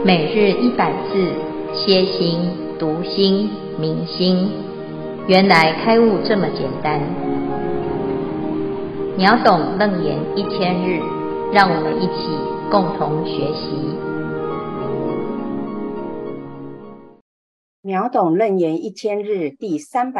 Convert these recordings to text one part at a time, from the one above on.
每日100字，歇心、读心、明心，原来开悟这么简单。秒懂楞严1000日，让我们一起共同学习。 秒懂楞严1000日第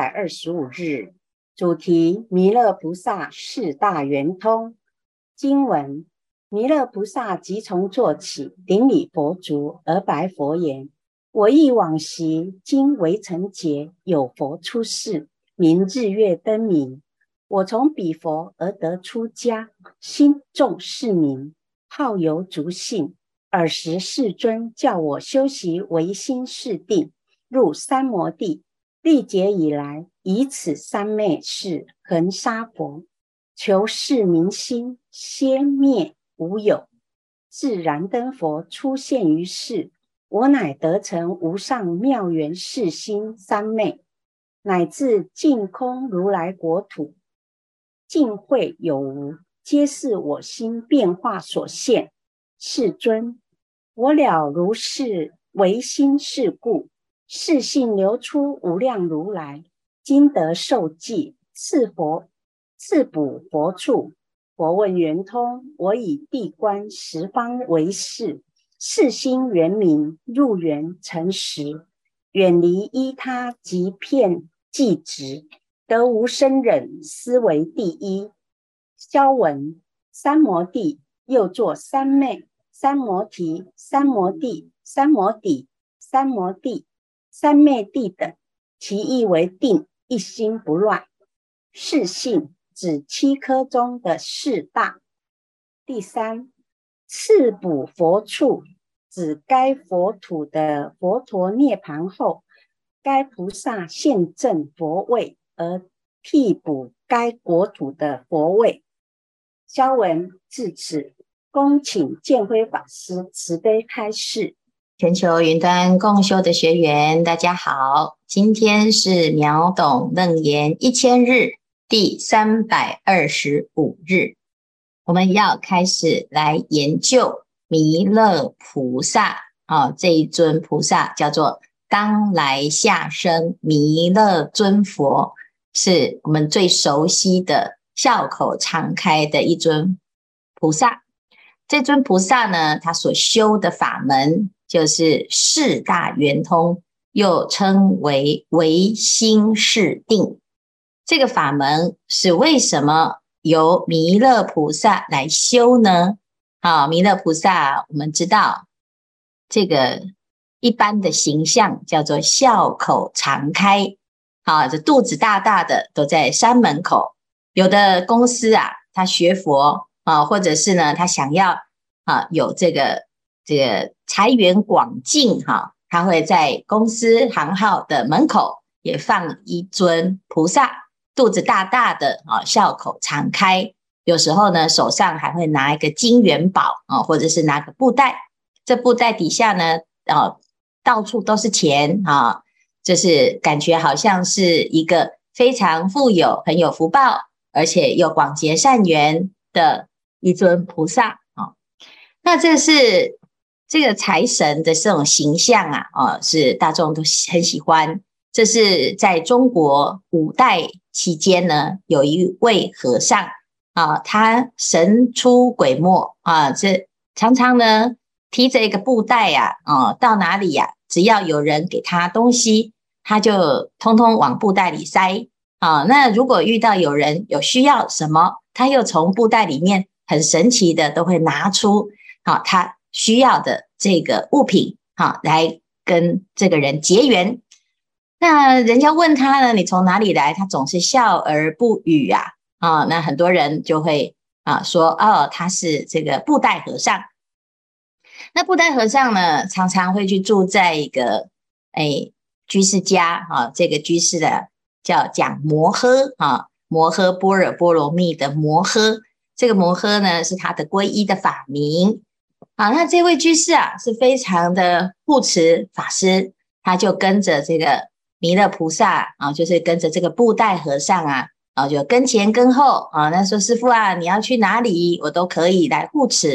325日，主题弥勒菩萨四大圆通。经文：弥勒菩萨即从坐起，顶礼佛足，而白佛言：我忆往昔，今为成劫，有佛出世，名日月灯明。我从彼佛而得出家，心重是名，好游足性。尔时世尊叫我修习唯心是定，入三摩地，历劫以来，以此三昧是恒沙佛，求是明心，歇灭无有，自然灯佛出现于世，我乃得成无上妙圆世心三昧，乃至净空如来国土，尽会有无，皆是我心变化所现。世尊，我了如是唯心是故，是性流出无量如来，今得受记，赐补佛处。佛问圆通，我以地观十方为是，是心圆明，入圆成实，远离依他即片即直，得无生忍，思为第一。消文：三摩地，又作三昧、三摩提、三摩地、三摩底、三摩地、三昧地等，其意为定，一心不乱。是性指7科中的四大。第三，赐补佛处，指该佛土的佛陀涅槃后，该菩萨现证佛位，而替补该国土的佛位。消文至此，恭请建辉法师慈悲开示。 全球云端共修的学员大家好，今天是秒懂楞严1000日第325日，我们要开始来研究弥勒菩萨这一尊菩萨叫做当来下生弥勒尊佛，是我们最熟悉的笑口常开的一尊菩萨。这尊菩萨呢，他所修的法门就是四大圆通，又称为唯心是定。这个法门是为什么由弥勒菩萨来修呢？弥勒菩萨我们知道这个一般的形象叫做笑口常开，这肚子大大的都在山门口。有的公司他学佛或者是呢他想要有这个财源广进他会在公司行号的门口也放一尊菩萨，肚子大大的笑口常开，有时候呢手上还会拿一个金元宝或者是拿个布袋，这布袋底下呢到处都是钱就是感觉好像是一个非常富有很有福报，而且又广结善缘的一尊菩萨那这是这个财神的这种形象是大众都很喜欢。这是在中国古代期间呢，有一位和尚他神出鬼没这常常呢提着一个布袋到哪里只要有人给他东西，他就通通往布袋里塞那如果遇到有人有需要什么，他又从布袋里面很神奇的都会拿出他需要的这个物品来跟这个人结缘。那人家问他呢，你从哪里来？他总是笑而不语那很多人就会说他是这个布袋和尚。那布袋和尚呢，常常会去住在一个居士家这个居士的叫讲摩诃摩诃般若波罗蜜的摩诃，这个摩诃呢是他的皈依的法名那这位居士是非常的护持法师，他就跟着这个弥勒菩萨就是跟着这个布袋和尚就跟前跟后那说师父你要去哪里我都可以来护持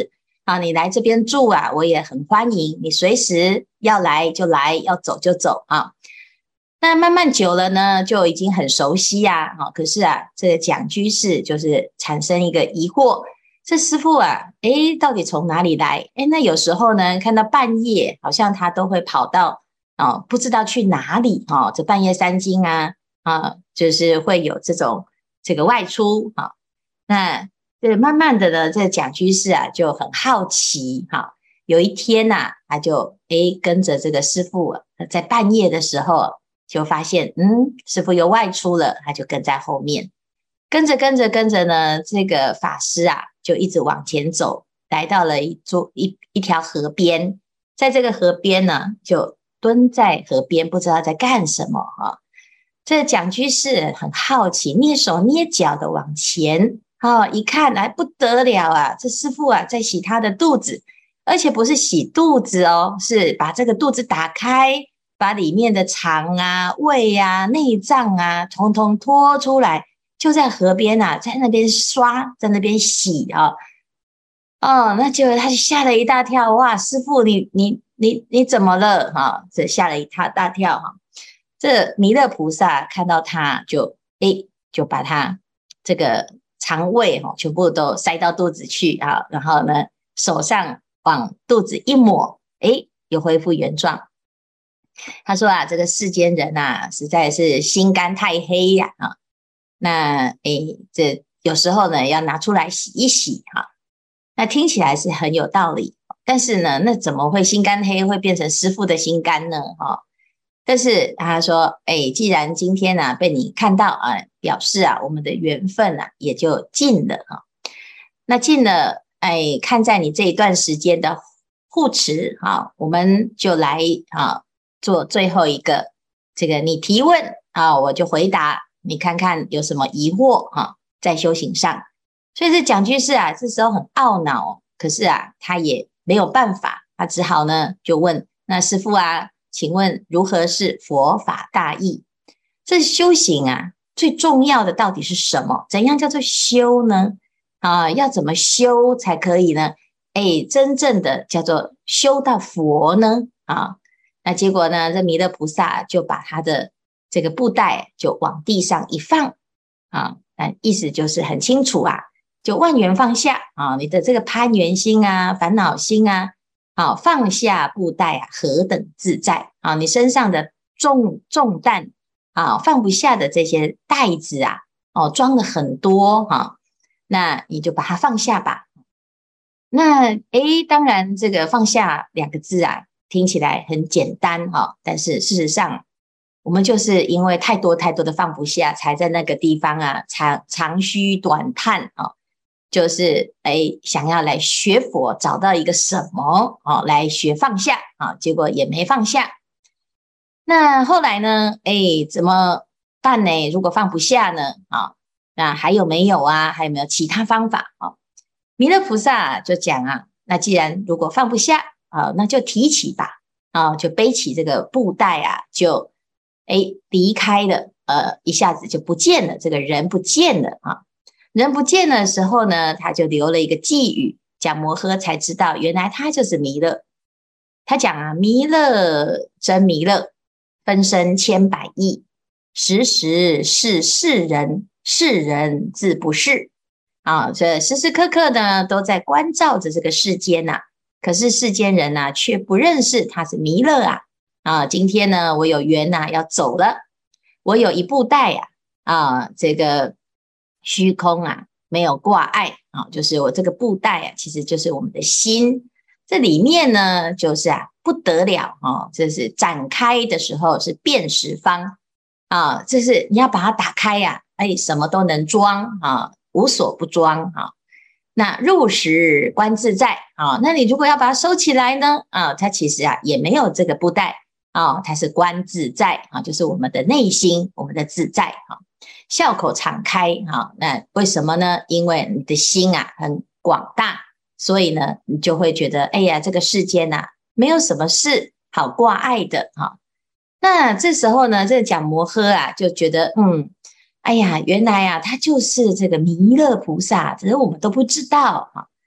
啊，你来这边住啊，我也很欢迎你，随时要来就来，要走就走啊。那慢慢久了呢，就已经很熟悉啊。可是啊，这个蒋居士就是产生一个疑惑，这师父啊，到底从哪里来？那有时候呢，看到半夜，好像他都会跑到不知道去哪里这半夜三更就是会有这个外出那这慢慢的呢，这蒋居士啊就很好奇有一天他就跟着这个师父在半夜的时候就发现师父又外出了，他就跟在后面，跟着呢，这个法师就一直往前走，来到了一条河边，在这个河边呢就蹲在河边，不知道在干什么这蒋居士很好奇，蹑手蹑脚的往前一看不得了这师父在洗他的肚子，而且不是洗肚子是把这个肚子打开，把里面的肠胃内脏统统拖出来，就在河边在那边刷，在那边洗那结果他就吓了一大跳，哇，师父你怎么了这吓了一大跳这弥勒菩萨看到他就把他这个肠胃全部都塞到肚子去然后呢手上往肚子一抹，又恢复原状。他说这个世间人实在是心肝太黑那这有时候呢要拿出来洗一洗那听起来是很有道理，但是呢那怎么会心肝黑会变成师父的心肝呢但是他说既然今天被你看到表示我们的缘分也就尽了那尽了看在你这一段时间的护持我们就来做最后一个这个你提问我就回答，你看看有什么疑惑在修行上。所以这蒋居士这时候很懊恼可是他也没有办法，他只好呢就问那师父请问如何是佛法大义？这修行最重要的到底是什么？怎样叫做修呢？要怎么修才可以呢？真正的叫做修到佛呢？那结果呢，这弥勒菩萨就把他的这个布袋就往地上一放意思就是很清楚就万缘放下你的这个攀缘心烦恼心放下布袋何等自在你身上的重担放不下的这些袋子装了很多那你就把它放下吧。那当然这个放下两个字听起来很简单但是事实上我们就是因为太多的放不下，才在那个地方长吁短叹就是想要来学佛，找到一个什么来学放下结果也没放下。那后来呢怎么办呢？如果放不下呢那还有没有还有没有其他方法弥勒菩萨就讲那既然如果放不下那就提起吧就背起这个布袋就离开了一下子就不见了，这个人不见了人不见的时候呢，他就留了一个寄语，蒋摩诃才知道原来他就是弥勒。他讲弥勒真弥勒，分身千百亿，时时是世人，世人自不是这时时刻刻呢都在关照着这个世间可是世间人却不认识他是弥勒今天呢我有缘要走了，我有一布袋这个虚空没有挂碍就是我这个布袋其实就是我们的心，这里面呢就是不得了这是展开的时候是遍十方这是你要把它打开什么都能装无所不装那入时观自在那你如果要把它收起来呢它其实也没有这个布袋它是观自在就是我们的内心，我们的自在笑口常开那为什么呢？因为你的心很广大，所以呢你就会觉得哎呀这个世间没有什么事好挂碍的那这时候呢这个蒋摩诃就觉得哎呀原来他就是这个弥勒菩萨，只是我们都不知道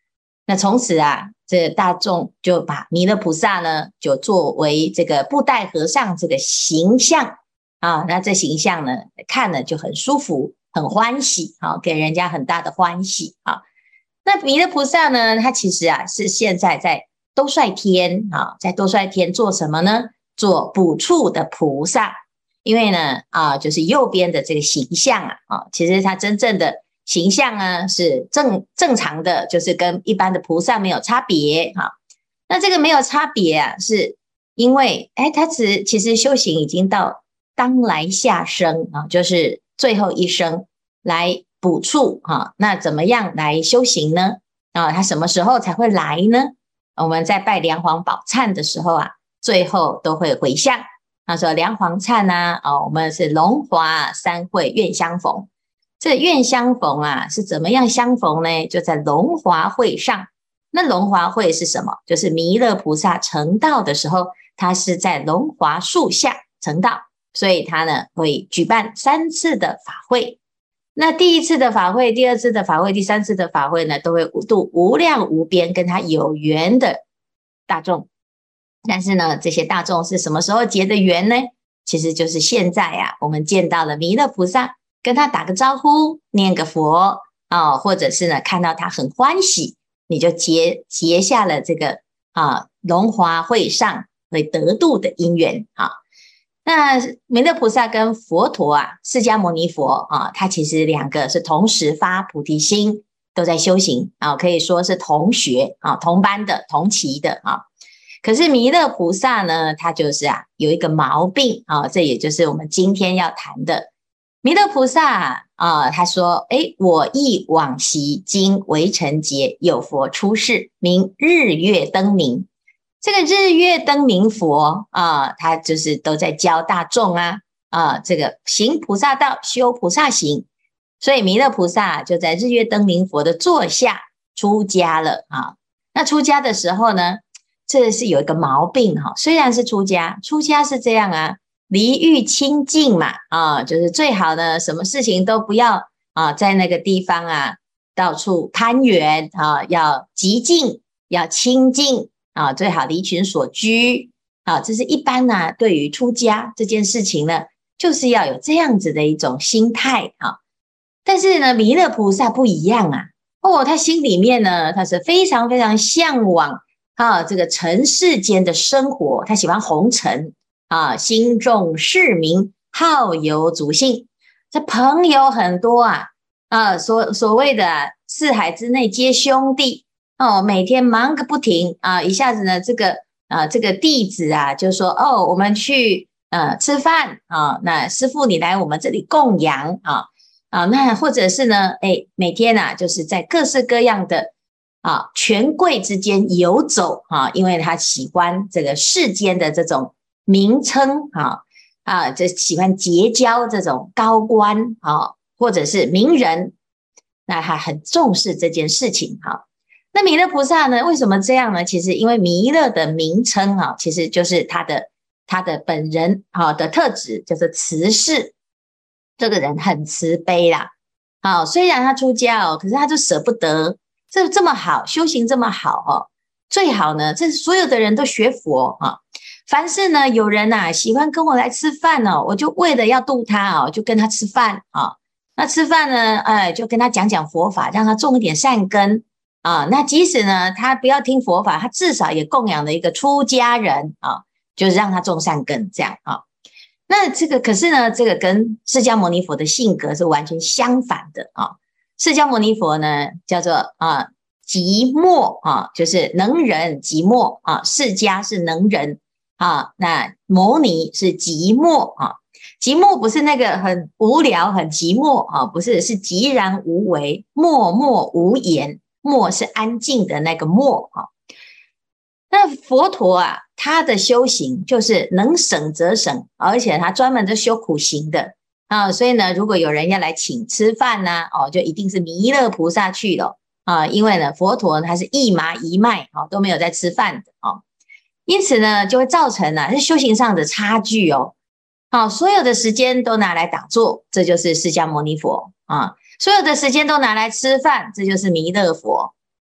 那从此啊，这大众就把弥勒菩萨呢，就作为这个布袋和尚这个形象啊，那这形象呢，看了就很舒服，很欢喜啊，给人家很大的欢喜啊。那弥勒菩萨呢，他其实啊，是现在在兜率天啊，在兜率天做什么呢？做补处的菩萨。因为呢，就是右边的这个形象其实他真正的形象呢是正常的，就是跟一般的菩萨没有差别哈。那这个没有差别啊，是因为他其实修行已经到当来下生啊，就是最后一生来补处哈。那怎么样来修行呢？他什么时候才会来呢？我们在拜梁皇宝忏的时候啊，最后都会回向。他说梁皇忏啊，我们是龙华三会愿相逢。这愿相逢啊，是怎么样相逢呢？就在龙华会上。那龙华会是什么？就是弥勒菩萨成道的时候，他是在龙华树下成道，所以他呢会举办3次的法会。那第1次的法会、第2次的法会、第3次的法会呢，都会度无量无边跟他有缘的大众。但是呢，这些大众是什么时候结的缘呢？其实就是现在啊，我们见到了弥勒菩萨，跟他打个招呼，念个佛或者是呢看到他很欢喜，你就结下了这个龙华会上会得度的因缘啊。那弥勒菩萨跟佛陀释迦牟尼佛他其实2个是同时发菩提心，都在修行可以说是同学同班的、同期的可是弥勒菩萨呢，他就是有一个毛病这也就是我们今天要谈的。弥勒菩萨他说我忆往昔经微尘劫，有佛出世，名日月灯明。这个日月灯明佛他就是都在教大众这个行菩萨道，修菩萨行。所以弥勒菩萨就在日月灯明佛的座下出家了那出家的时候呢，这是有一个毛病虽然是出家是这样离欲清净嘛就是最好呢，什么事情都不要在那个地方到处攀缘要极静，要清净最好离群所居这是一般对于出家这件事情呢，就是要有这样子的一种心态但是呢，弥勒菩萨不一样他心里面呢，他是非常非常向往这个尘世间的生活，他喜欢红尘心重市民，好游足幸。这朋友很多所谓的四海之内皆兄弟每天忙个不停一下子呢，这个弟子就说我们去吃饭那师父你来我们这里供养那或者是呢每天就是在各式各样的权贵之间游走因为他喜欢这个世间的这种名称就喜欢结交这种高官或者是名人，那他很重视这件事情那弥勒菩萨呢，为什么这样呢？其实因为弥勒的名称其实就是他的本人的特质，就是慈氏。这个人很慈悲啦虽然他出家可是他就舍不得这么好，修行这么好最好呢，这所有的人都学佛凡是呢有人喜欢跟我来吃饭我就为了要度他就跟他吃饭那吃饭呢就跟他讲讲佛法，让他种一点善根那即使呢他不要听佛法，他至少也供养了一个出家人就是让他种善根这样那这个可是呢，这个跟释迦牟尼佛的性格是完全相反的释迦牟尼佛呢叫做寂寞就是能人寂寞释迦是能人那牟尼是寂寞寂寞不是那个很无聊很寂寞不是，是寂然无为，默默无言，默是安静的那个默那佛陀他的修行就是能省则省，而且他专门的修苦行的所以呢，如果有人要来请吃饭就一定是弥勒菩萨去了因为呢，佛陀他是一麻一脉都没有在吃饭的因此呢，就会造成是修行上的差距所有的时间都拿来打坐，这就是释迦牟尼佛所有的时间都拿来吃饭，这就是弥勒佛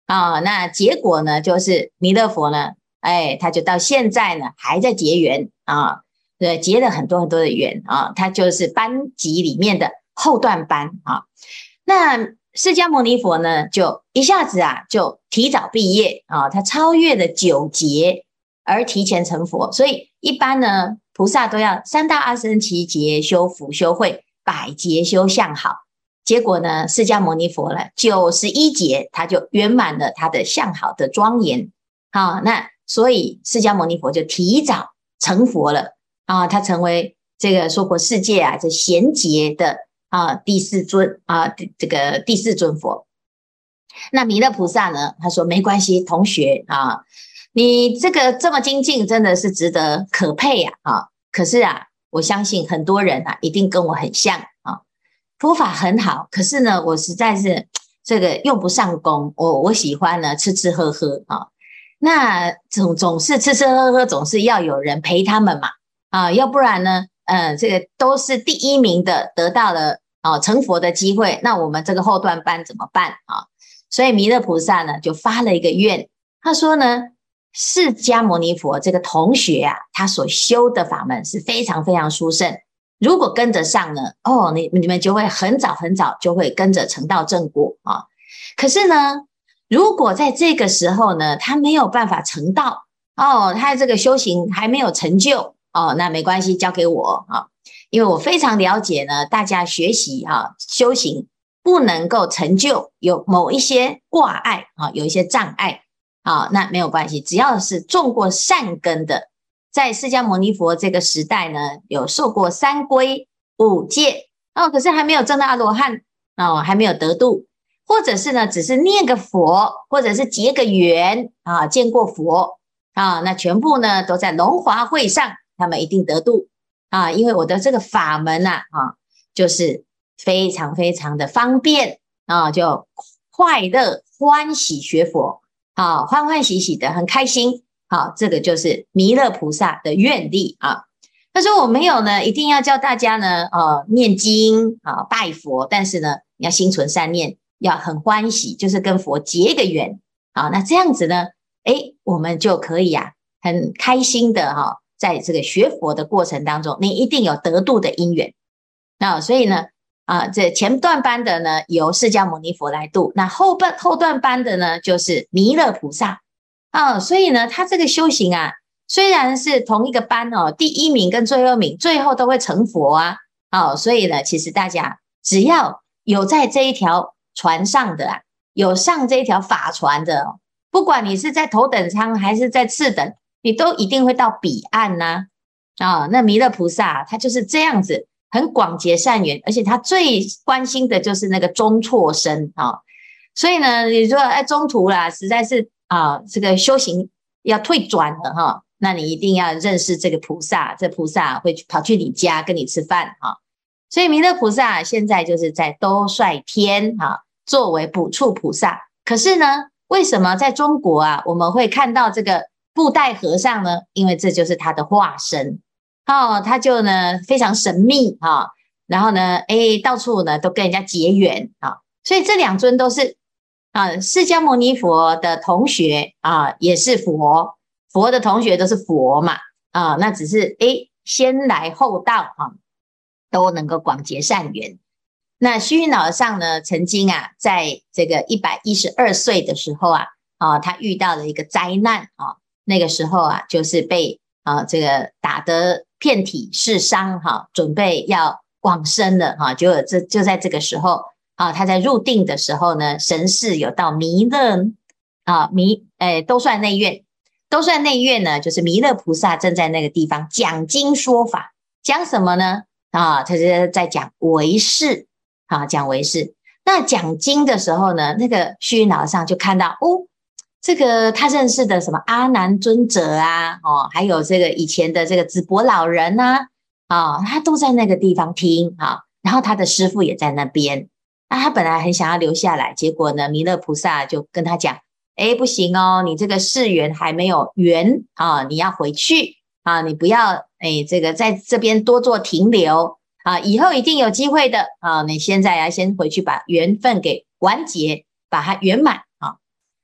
啊。那结果呢，就是弥勒佛呢，他就到现在呢还在结缘啊，对，结了很多很多的缘啊，他就是班级里面的后段班啊。那释迦牟尼佛呢，就一下子啊就提早毕业啊，他超越了9劫而提前成佛，所以一般呢菩萨都要3大阿僧祇劫修福修慧，100劫修相好。结果呢，释迦牟尼佛呢91劫他就圆满了他的相好的庄严。好，那所以释迦牟尼佛就提早成佛了啊，他成为这个娑婆世界啊这贤劫的第4尊啊，这个第4尊佛。那弥勒菩萨呢，他说没关系，同学啊，你这个这么精进，真的是值得可佩啊。可是啊，我相信很多人啊，一定跟我很像啊，佛法很好，可是呢，我实在是这个用不上功，我喜欢呢吃吃喝喝啊。那总是吃吃喝喝，总是要有人陪他们嘛啊，要不然呢，这个都是第1名的得到了成佛的机会，那我们这个后段班怎么办啊？所以弥勒菩萨呢就发了一个愿，他说呢，释迦牟尼佛这个同学啊，他所修的法门是非常非常殊胜，如果跟得上呢，你们就会很早很早就会跟着成道正果啊。可是呢，如果在这个时候呢，他没有办法成道他这个修行还没有成就那没关系，交给我因为我非常了解呢，大家学习修行不能够成就，有某一些挂碍有一些障碍那没有关系，只要是种过善根的，在释迦牟尼佛这个时代呢，有受过3皈5戒可是还没有证到阿罗汉还没有得度，或者是呢只是念个佛，或者是结个缘见过佛那全部呢都在龙华会上，他们一定得度因为我的这个法门就是非常非常的方便就快乐欢喜学佛欢欢喜喜的很开心这个就是弥勒菩萨的愿力他说我没有呢一定要教大家呢念经拜佛，但是呢你要心存善念，要很欢喜，就是跟佛结个缘那这样子呢我们就可以很开心的在这个学佛的过程当中，你一定有得度的因缘所以呢这前段班的呢由释迦牟尼佛来度，那后段班的呢就是弥勒菩萨所以呢他这个修行虽然是同一个班第1名跟最后名最后都会成佛所以呢其实大家只要有在这一条船上的有上这一条法船的不管你是在头等舱还是在次等，你都一定会到彼岸那弥勒菩萨他就是这样子很广结善缘，而且他最关心的就是那个中辍生所以呢你说中途啦实在是这个修行要退转了那你一定要认识这个菩萨，这菩萨会跑去你家跟你吃饭所以弥勒菩萨现在就是在兜率天作为补处菩萨。可是呢为什么在中国我们会看到这个布袋和尚呢？因为这就是他的化身他就呢非常神秘然后呢到处呢都跟人家结缘所以这2尊都是释迦牟尼佛的同学也是佛的同学都是佛嘛那只是先来后到都能够广结善缘。那虚云老和尚呢曾经在这个112岁的时候他遇到了一个灾难那个时候就是被这个打得遍体是伤准备要往生了就在这个时候他在入定的时候呢，神识有到弥勒兜率内院。兜率内院呢就是弥勒菩萨正在那个地方讲经说法，讲什么呢他是在讲唯识讲唯识。那讲经的时候呢，那个虚云老和尚就看到这个他认识的什么阿难尊者还有这个以前的这个紫婆老人他都在那个地方听然后他的师父也在那边他本来很想要留下来，结果呢弥勒菩萨就跟他讲不行你这个世缘还没有缘你要回去你不要这个在这边多做停留以后一定有机会的你现在要先回去把缘分给完结，把它圆满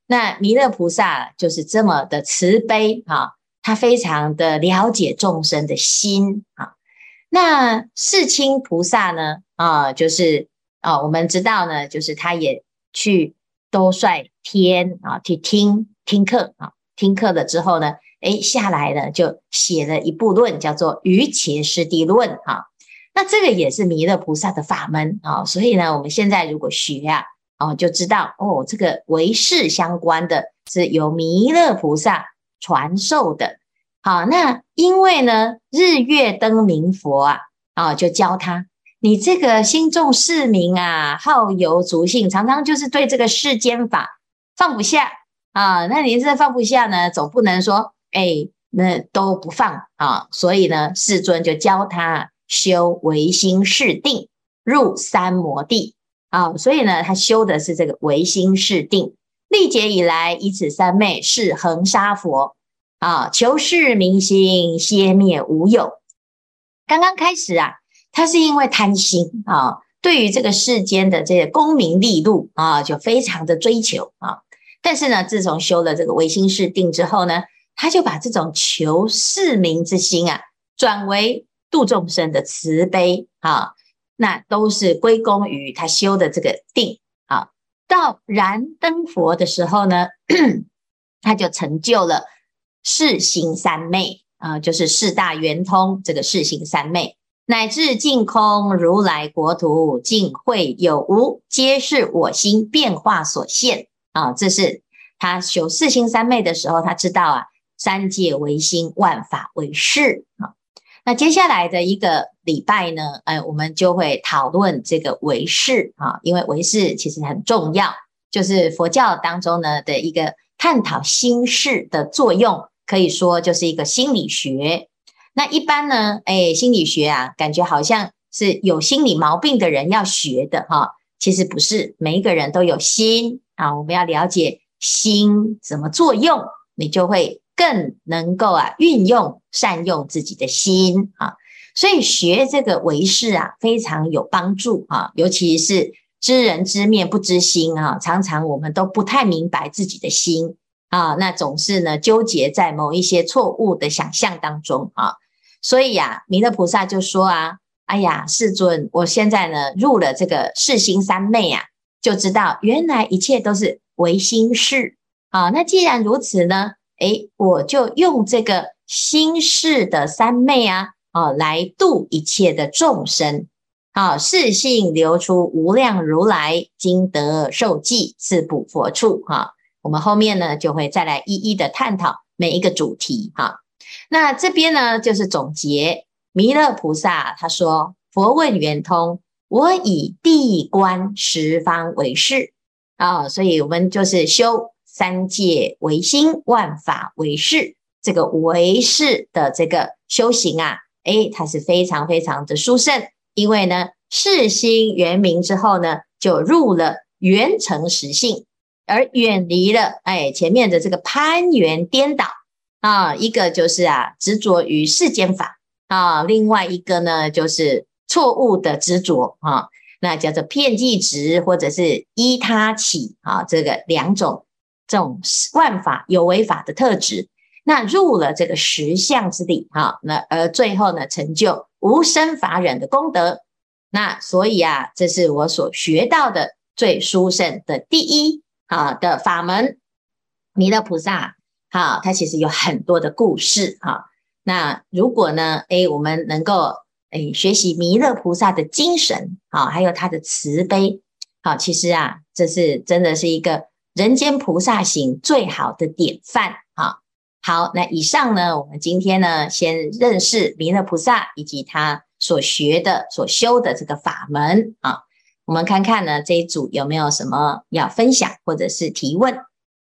那弥勒菩萨就是这么的慈悲啊，他非常的了解众生的心啊。那世亲菩萨呢就是我们知道呢，就是他也去兜率天去听课听课了之后呢，下来呢就写了一部论，叫做《瑜伽师地论》那这个也是弥勒菩萨的法门所以呢，我们现在如果学就知道这个唯识相关的是由弥勒菩萨传授的。好，那因为呢，日月灯明佛就教他，你这个心重世名好游足性，常常就是对这个世间法放不下那你这放不下呢，总不能说那都不放所以呢，世尊就教他修唯心是定，入三摩地所以呢，他修的是这个唯心是定。历劫以来，以此三昧是恒沙佛求是明心，歇灭无有。刚刚开始他是因为贪心对于这个世间的这个功名利禄就非常的追求但是呢，自从修了这个唯心是定之后呢，他就把这种求世名之心转为度众生的慈悲那都是归功于他修的这个定到燃灯佛的时候呢他就成就了世行三昧就是四大圆通这个世行三昧，乃至净空如来国土，净慧有无，皆是我心变化所现这是他修世行三昧的时候，他知道三界唯心，万法唯识那接下来的一个礼拜呢，我们就会讨论这个唯识因为唯识其实很重要，就是佛教当中呢的一个探讨心事的作用，可以说就是一个心理学。那一般呢，心理学感觉好像是有心理毛病的人要学的其实不是，每一个人都有心我们要了解心怎么作用，你就会更能够运用善用自己的心所以学这个唯识非常有帮助尤其是知人知面不知心常常我们都不太明白自己的心那总是呢纠结在某一些错误的想象当中所以弥勒菩萨就说哎呀，世尊，我现在呢入了这个世行三昧就知道原来一切都是唯心是那既然如此呢我就用这个心事的三昧来度一切的众生世性流出无量如来，今得受记，赐补佛处我们后面呢就会再来一一的探讨每一个主题那这边呢就是总结，弥勒菩萨他说，佛问圆通，我以地观十方为是所以我们就是修三界唯心，万法唯识，这个唯识的这个修行它是非常非常的殊胜，因为呢世心圆明之后呢，就入了圆成实性，而远离了前面的这个攀缘颠倒一个就是执着于世间法另外一个呢就是错误的执着那叫做遍计执或者是依他起这个两种这种万法有为法的特质，那入了这个实相之理那而最后呢成就无生法忍的功德。那所以这是我所学到的最殊胜的第一的法门。弥勒菩萨他其实有很多的故事那如果呢我们能够学习弥勒菩萨的精神还有他的慈悲其实这是真的是一个人间菩萨行最好的典范好，那以上呢我们今天呢先认识弥勒菩萨以及他所学的所修的这个法门我们看看呢这一组有没有什么要分享或者是提问。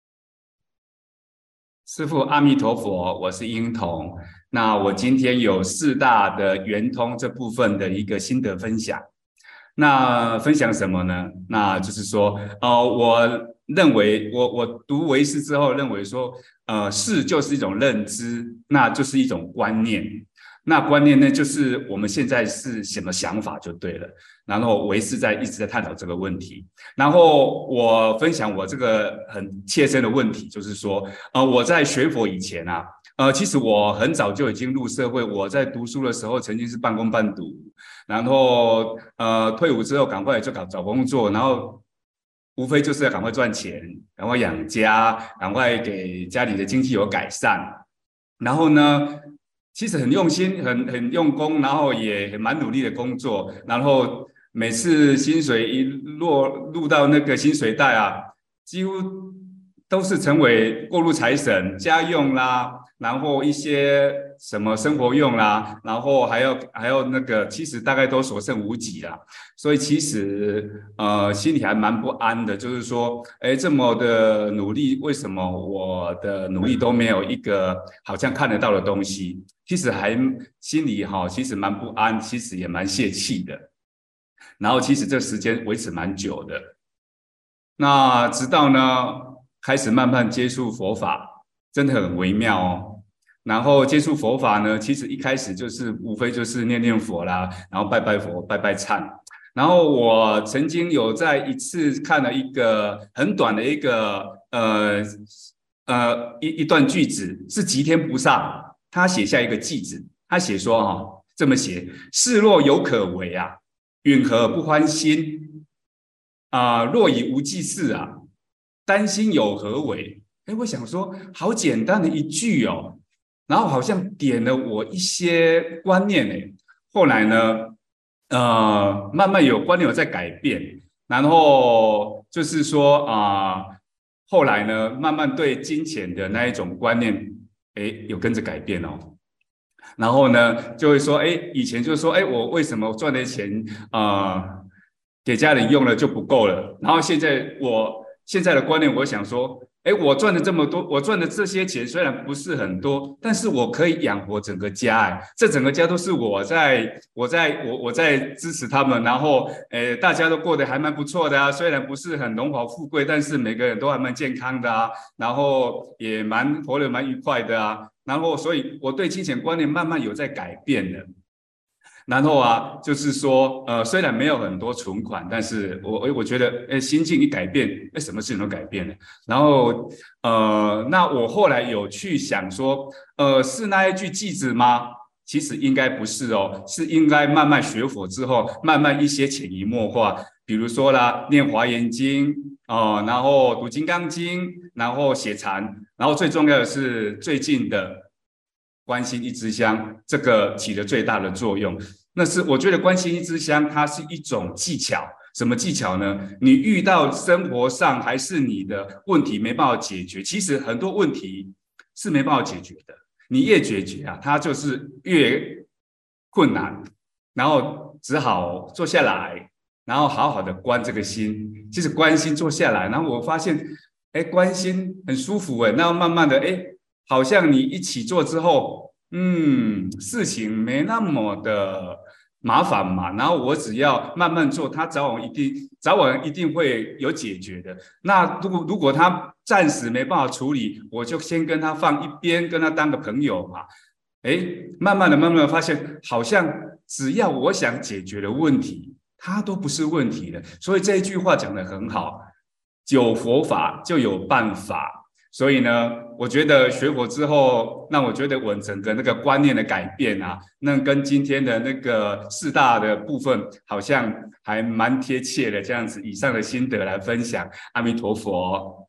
师父阿弥陀佛，我是英童。那我今天有四大的圆通这部分的一个心得分享。那分享什么呢？那就是说我认为我读唯识之后认为说识就是一种认知，那就是一种观念。 那观念呢，就是我们现在是什么想法就对了。然后我也是一直在探讨这个问题。然后我分享我这个很切身的问题，就是说，我在学佛以前啊，其实我很早就已经入社会。我在读书的时候曾经是半工半读，然后退伍之后赶快就找工作，然后无非就是要赶快赚钱，赶快养家，赶快给家里的经济有改善。然后呢，其实很用心，很用功，然后也蛮努力的工作。然后每次薪水一入到那个薪水袋啊，几乎都是成为过路财神，家用啦，然后一些什么生活用啦，然后还有那个，其实大概都所剩无几啦。所以其实心里还蛮不安的，就是说，这么的努力，为什么我的努力都没有一个好像看得到的东西？其实心里其实蛮不安，其实也蛮泄气的。然后其实这时间维持蛮久的。那直到呢开始慢慢接触佛法，真的很微妙哦。然后接触佛法呢，其实一开始就是无非就是念念佛啦，然后拜拜佛、拜拜忏。然后我曾经有在一次看了一个很短的一个一段句子，是吉天菩萨他写下一个偈子，他写说这么写：事若有可为啊，允何不欢心若以无济事啊，担心有何为？我想说好简单的一句哦，然后好像点了我一些观念。后来呢慢慢有观念有在改变，然后就是说后来呢慢慢对金钱的那一种观念有跟着改变哦。然后呢就会说以前就说我为什么赚的钱给家人用了就不够了，然后现在的观念我想说我赚的这么多，我赚的这些钱虽然不是很多，但是我可以养活整个家这整个家都是我在支持他们，然后大家都过得还蛮不错的啊，虽然不是很荣华富贵，但是每个人都还蛮健康的啊，然后也活得蛮愉快的啊，然后所以我对金钱观念慢慢有在改变的。然后就是说虽然没有很多存款，但是我觉得心境一改变什么事情都改变了。然后那我后来有去想说是那一句偈子吗？其实应该不是哦，是应该慢慢学佛之后，慢慢一些潜移默化，比如说啦念华严经然后读金刚经，然后写禅，然后最重要的是最近的观心一支香，这个起了最大的作用。那是我觉得观心一支香它是一种技巧。什么技巧呢？你遇到生活上还是你的问题没办法解决，其实很多问题是没办法解决的，你越解决它就是越困难，然后只好坐下来，然后好好的观这个心。其实观心坐下来，然后我发现观心很舒服然后慢慢的好像你一起做之后事情没那么的麻烦嘛，然后我只要慢慢做，它早晚一定会有解决的。那如果他暂时没办法处理，我就先跟他放一边，跟他当个朋友嘛。慢慢的发现，好像只要我想解决的问题，它都不是问题的。所以这一句话讲得很好，有佛法就有办法。所以呢我觉得学佛之后，那我觉得我整个那个观念的改变那跟今天的那个四大的部分好像还蛮贴切的。这样子以上的心得来分享，阿弥陀佛。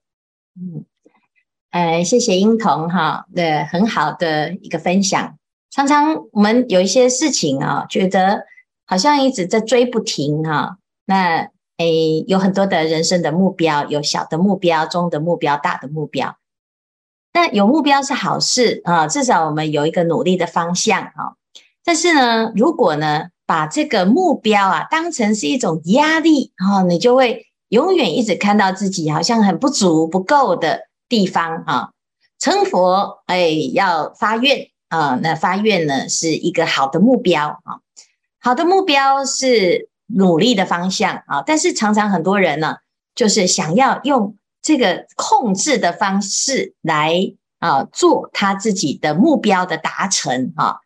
谢谢英彤的很好的一个分享。常常我们有一些事情觉得好像一直在追不停那有很多的人生的目标，有小的目标、中的目标、大的目标。那有目标是好事至少我们有一个努力的方向但是呢，如果呢把这个目标当成是一种压力你就会永远一直看到自己好像很不足、不够的地方成佛要发愿那发愿呢是一个好的目标好的目标是努力的方向但是常常很多人呢就是想要用这个控制的方式来做他自己的目标的达成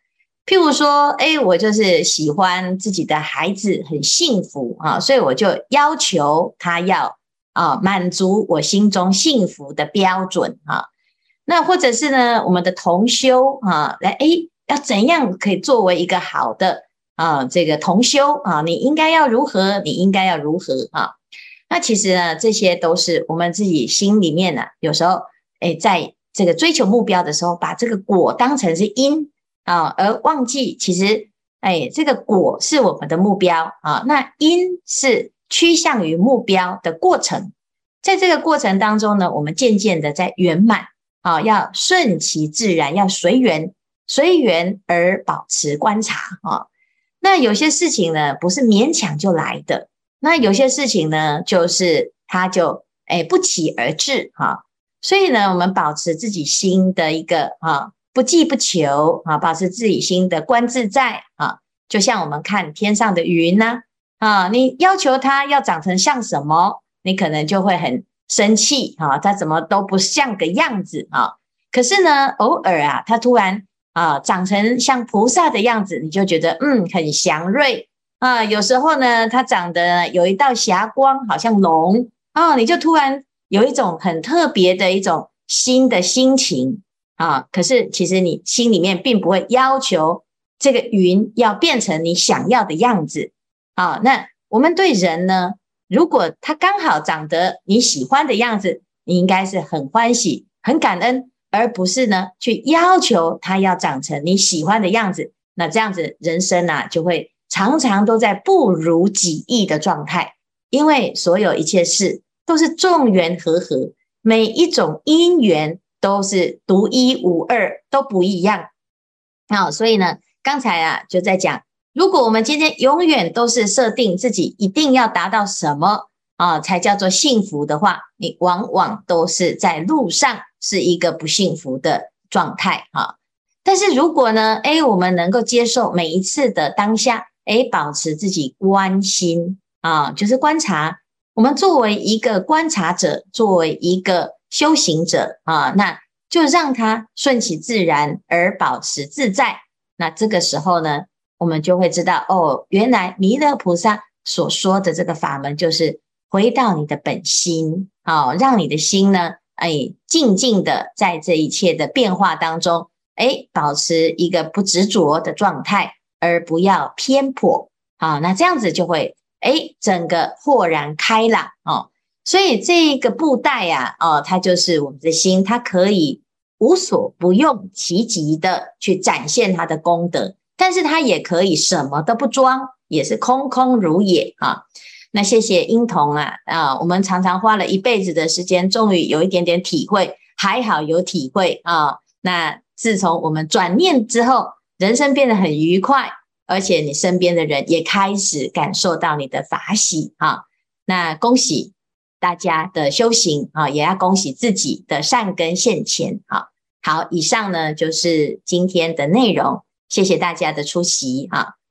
譬如说，我就是喜欢自己的孩子很幸福啊，所以我就要求他要满足我心中幸福的标准啊。那或者是呢，我们的同修啊，要怎样可以作为一个好的这个同修啊？你应该要如何？你应该要如何啊？那其实呢，这些都是我们自己心里面呢，有时候在这个追求目标的时候，把这个果当成是因啊，而忘记其实这个果是我们的目标啊，那因是趋向于目标的过程。在这个过程当中呢，我们渐渐的在圆满啊，要顺其自然，要随缘，随缘而保持观察啊。那有些事情呢，不是勉强就来的。那有些事情呢，就是它就不期而至哈，所以呢，我们保持自己心的一个不计不求啊，保持自己心的观自在啊，就像我们看天上的云呢你要求它要长成像什么，你可能就会很生气啊，它怎么都不像个样子啊。可是呢，偶尔它突然长成像菩萨的样子，你就觉得很祥瑞。有时候呢，它长得有一道霞光，好像龙你就突然有一种很特别的一种新的心情可是其实你心里面并不会要求这个云要变成你想要的样子那我们对人呢，如果他刚好长得你喜欢的样子，你应该是很欢喜、很感恩，而不是呢去要求他要长成你喜欢的样子。那这样子人生就会常常都在不如己意的状态，因为所有一切事都是众缘和合，每一种因缘都是独一无二，都不一样所以呢，刚才就在讲，如果我们今天永远都是设定自己一定要达到什么才叫做幸福的话，你往往都是在路上是一个不幸福的状态但是如果呢我们能够接受每一次的当下保持自己观心就是观察，我们作为一个观察者，作为一个修行者那就让它顺其自然而保持自在。那这个时候呢，我们就会知道原来弥勒菩萨所说的这个法门就是回到你的本心让你的心呢静静的在这一切的变化当中保持一个不执着的状态，而不要偏颇那这样子就会整个豁然开朗所以这个布袋它就是我们的心，它可以无所不用其极的去展现它的功德，但是它也可以什么都不装，也是空空如也那谢谢英童我们常常花了一辈子的时间，终于有一点点体会，还好有体会那自从我们转念之后，人生变得很愉快，而且你身边的人也开始感受到你的法喜那恭喜大家的修行也要恭喜自己的善根现前好，以上呢就是今天的内容，谢谢大家的出席